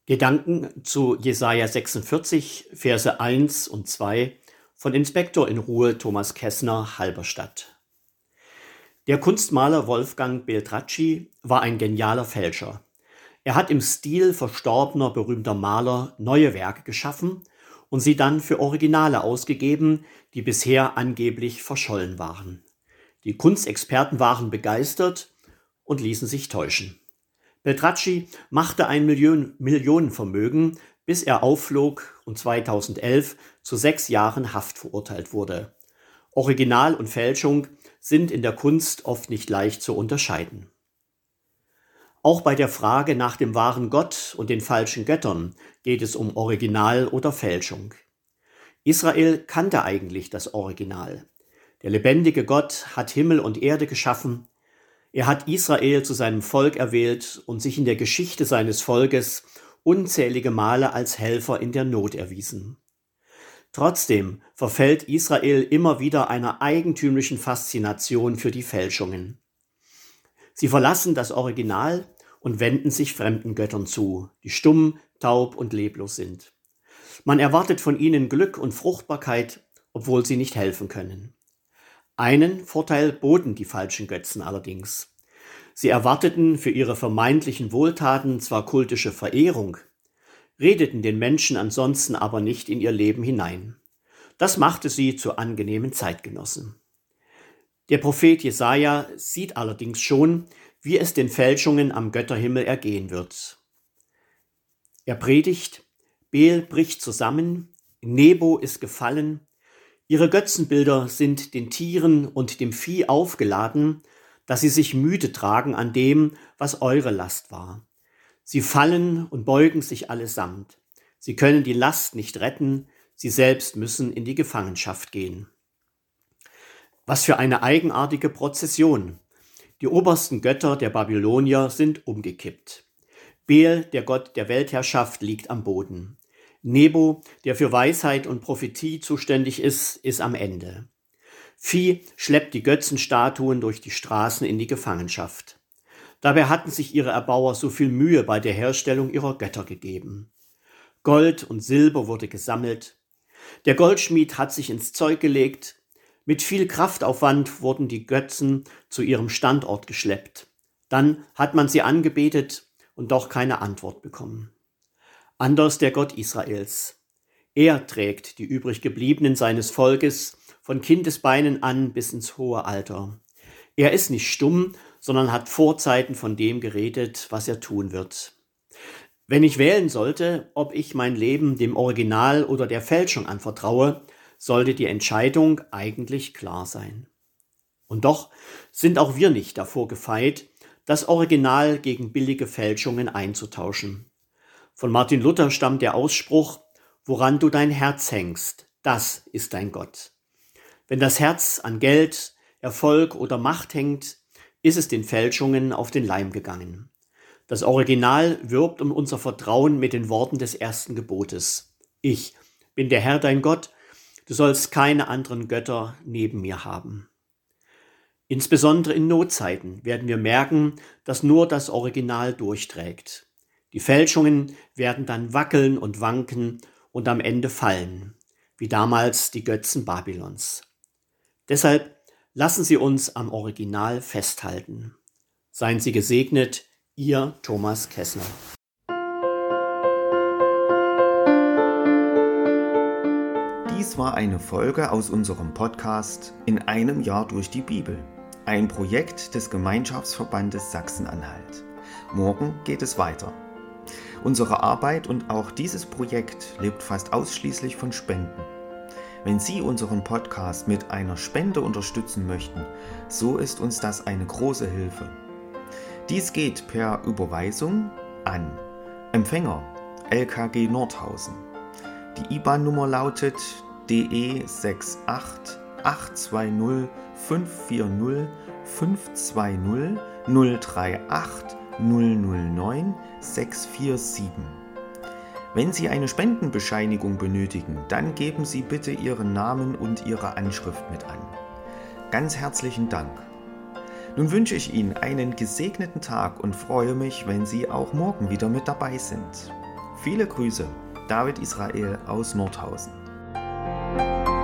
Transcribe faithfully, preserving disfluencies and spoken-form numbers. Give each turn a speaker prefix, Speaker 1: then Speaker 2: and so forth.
Speaker 1: Gedanken zu Jesaja sechsundvierzig, Verse eins und zwei von Inspektor in Ruhe Thomas Kessner, Halberstadt. Der Kunstmaler Wolfgang Beltracchi war ein genialer Fälscher. Er hat im Stil verstorbener berühmter Maler neue Werke geschaffen und sie dann für Originale ausgegeben, die bisher angeblich verschollen waren. Die Kunstexperten waren begeistert und ließen sich täuschen. Beltracchi machte ein Million, Millionenvermögen, bis er aufflog und zweitausendelf zu sechs Jahren Haft verurteilt wurde. Original und Fälschung sind in der Kunst oft nicht leicht zu unterscheiden. Auch bei der Frage nach dem wahren Gott und den falschen Göttern geht es um Original oder Fälschung. Israel kannte eigentlich das Original. Der lebendige Gott hat Himmel und Erde geschaffen. Er hat Israel zu seinem Volk erwählt und sich in der Geschichte seines Volkes unzählige Male als Helfer in der Not erwiesen. Trotzdem verfällt Israel immer wieder einer eigentümlichen Faszination für die Fälschungen. Sie verlassen das Original und wenden sich fremden Göttern zu, die stumm, taub und leblos sind. Man erwartet von ihnen Glück und Fruchtbarkeit, obwohl sie nicht helfen können. Einen Vorteil boten die falschen Götzen allerdings. Sie erwarteten für ihre vermeintlichen Wohltaten zwar kultische Verehrung, redeten den Menschen ansonsten aber nicht in ihr Leben hinein. Das machte sie zu angenehmen Zeitgenossen. Der Prophet Jesaja sieht allerdings schon, wie es den Fälschungen am Götterhimmel ergehen wird. Er predigt: Bel bricht zusammen, Nebo ist gefallen, ihre Götzenbilder sind den Tieren und dem Vieh aufgeladen, dass sie sich müde tragen an dem, was eure Last war. Sie fallen und beugen sich allesamt. Sie können die Last nicht retten, sie selbst müssen in die Gefangenschaft gehen. Was für eine eigenartige Prozession. Die obersten Götter der Babylonier sind umgekippt. Bel, der Gott der Weltherrschaft, liegt am Boden. Nebo, der für Weisheit und Prophetie zuständig ist, ist am Ende. Vieh schleppt die Götzenstatuen durch die Straßen in die Gefangenschaft. Dabei hatten sich ihre Erbauer so viel Mühe bei der Herstellung ihrer Götter gegeben. Gold und Silber wurde gesammelt. Der Goldschmied hat sich ins Zeug gelegt. Mit viel Kraftaufwand wurden die Götzen zu ihrem Standort geschleppt. Dann hat man sie angebetet und doch keine Antwort bekommen. Anders der Gott Israels. Er trägt die übrig gebliebenen seines Volkes von Kindesbeinen an bis ins hohe Alter. Er ist nicht stumm, sondern hat Vorzeiten von dem geredet, was er tun wird. Wenn ich wählen sollte, ob ich mein Leben dem Original oder der Fälschung anvertraue, sollte die Entscheidung eigentlich klar sein. Und doch sind auch wir nicht davor gefeit, das Original gegen billige Fälschungen einzutauschen. Von Martin Luther stammt der Ausspruch: Woran du dein Herz hängst, das ist dein Gott. Wenn das Herz an Geld, Erfolg oder Macht hängt, ist es den Fälschungen auf den Leim gegangen. Das Original wirbt um unser Vertrauen mit den Worten des ersten Gebotes: Ich bin der Herr dein Gott, du sollst keine anderen Götter neben mir haben. Insbesondere in Notzeiten werden wir merken, dass nur das Original durchträgt. Die Fälschungen werden dann wackeln und wanken und am Ende fallen, wie damals die Götzen Babylons. Deshalb lassen Sie uns am Original festhalten. Seien Sie gesegnet, Ihr Thomas Kessner.
Speaker 2: Dies war eine Folge aus unserem Podcast In einem Jahr durch die Bibel, ein Projekt des Gemeinschaftsverbandes Sachsen-Anhalt. Morgen geht es weiter. Unsere Arbeit und auch dieses Projekt lebt fast ausschließlich von Spenden. Wenn Sie unseren Podcast mit einer Spende unterstützen möchten, so ist uns das eine große Hilfe. Dies geht per Überweisung an Empfänger L K G Nordhausen. Die I B A N-Nummer lautet D E sechs acht acht zwei null fünf vier null fünf zwei null null drei acht null null neun sechs vier sieben. Wenn Sie eine Spendenbescheinigung benötigen, dann geben Sie bitte Ihren Namen und Ihre Anschrift mit an. Ganz herzlichen Dank. Nun wünsche ich Ihnen einen gesegneten Tag und freue mich, wenn Sie auch morgen wieder mit dabei sind. Viele Grüße, David Israel aus Nordhausen.